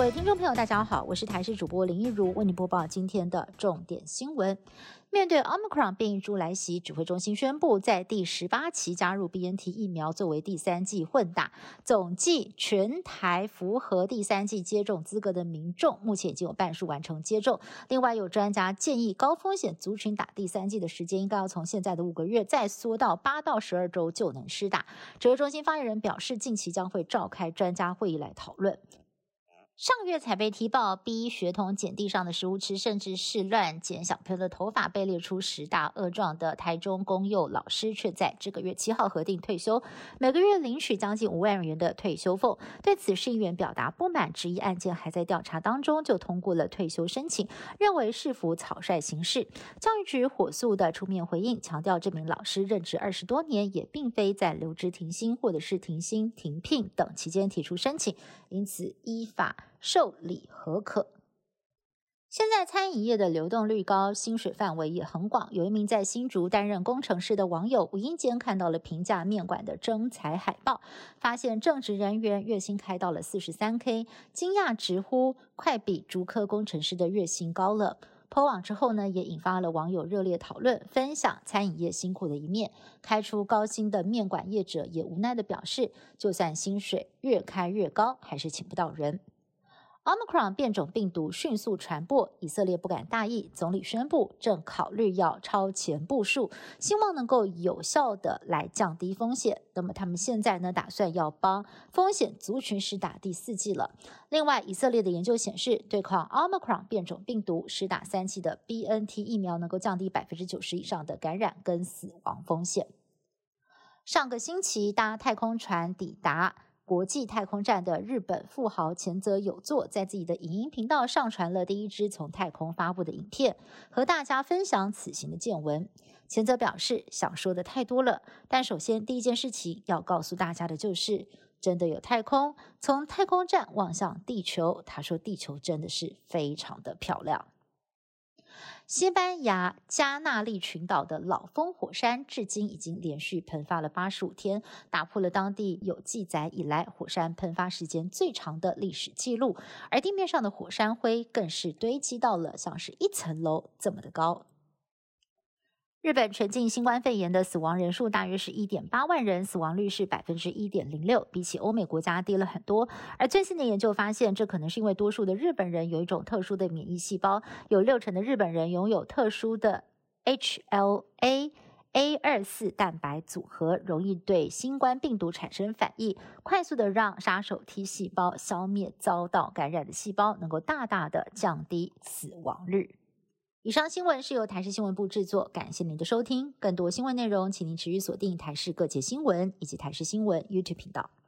各位听众朋友大家好，我是台视主播林一如，为您播报今天的重点新闻。面对 Omicron 变异株来袭，指挥中心宣布在第18期加入 BNT 疫苗作为第3剂混打，总计全台符合第3剂接种资格的民众目前已经有半数完成接种。另外有专家建议高风险族群打第3剂的时间应该要从现在的5个月再缩到8到12周就能施打。指挥中心发言人表示，近期将会召开专家会议来讨论。上个月才被踢爆逼学童捡地上的食物吃，甚至是乱剪小朋友的头发，被列出10大恶状的台中公幼老师，却在这个月7号核定退休，每个月领取将近5万元的退休俸。对此，市议员表达不满，质疑案件还在调查当中，就通过了退休申请，认为市府草率行事。教育局火速的出面回应，强调这名老师任职20多年，也并非在留职停薪或者是停薪停聘等期间提出申请，因此依法受理核可。现在餐饮业的流动率高，薪水范围也很广。有一名在新竹担任工程师的网友，无意间看到了平价面馆的征才海报，发现正职人员月薪开到了43K， 惊讶直呼快比竹科工程师的月薪高了。po 网之后呢，也引发了网友热烈讨论，分享餐饮业辛苦的一面。开出高薪的面馆业者也无奈地表示，就算薪水越开越高，还是请不到人。Omicron 变种病毒迅速传播，以色列不敢大意，总理宣布正考虑要超前部署，希望能够有效的来降低风险。那么他们现在呢，打算要帮风险族群施打第4剂了。另外，以色列的研究显示，对抗 Omicron 变种病毒，施打3剂的 BNT 疫苗能够降低90%以上的感染跟死亡风险。上个星期搭太空船抵达国际太空站的日本富豪前泽友作在自己的影音频道上传了第一支从太空发布的影片，和大家分享此行的见闻。前泽表示，想说的太多了，但首先第一件事情要告诉大家的就是，真的有太空，从太空站望向地球，他说地球真的是非常的漂亮。西班牙加纳利群岛的老峰火山至今已经连续喷发了85天，打破了当地有记载以来火山喷发时间最长的历史记录，而地面上的火山灰更是堆积到了像是1层楼这么的高。日本全境新冠肺炎的死亡人数大约是 1.8 万人，死亡率是 1.06%， 比起欧美国家低了很多。而最新的研究发现，这可能是因为多数的日本人有一种特殊的免疫细胞，有60%的日本人拥有特殊的 HLA-A24 蛋白组合，容易对新冠病毒产生反应，快速的让杀手 T 细胞消灭遭到感染的细胞，能够大大的降低死亡率。以上新闻是由台视新闻部制作，感谢您的收听。更多新闻内容，请您持续锁定台视各界新闻以及台视新闻 YouTube 频道。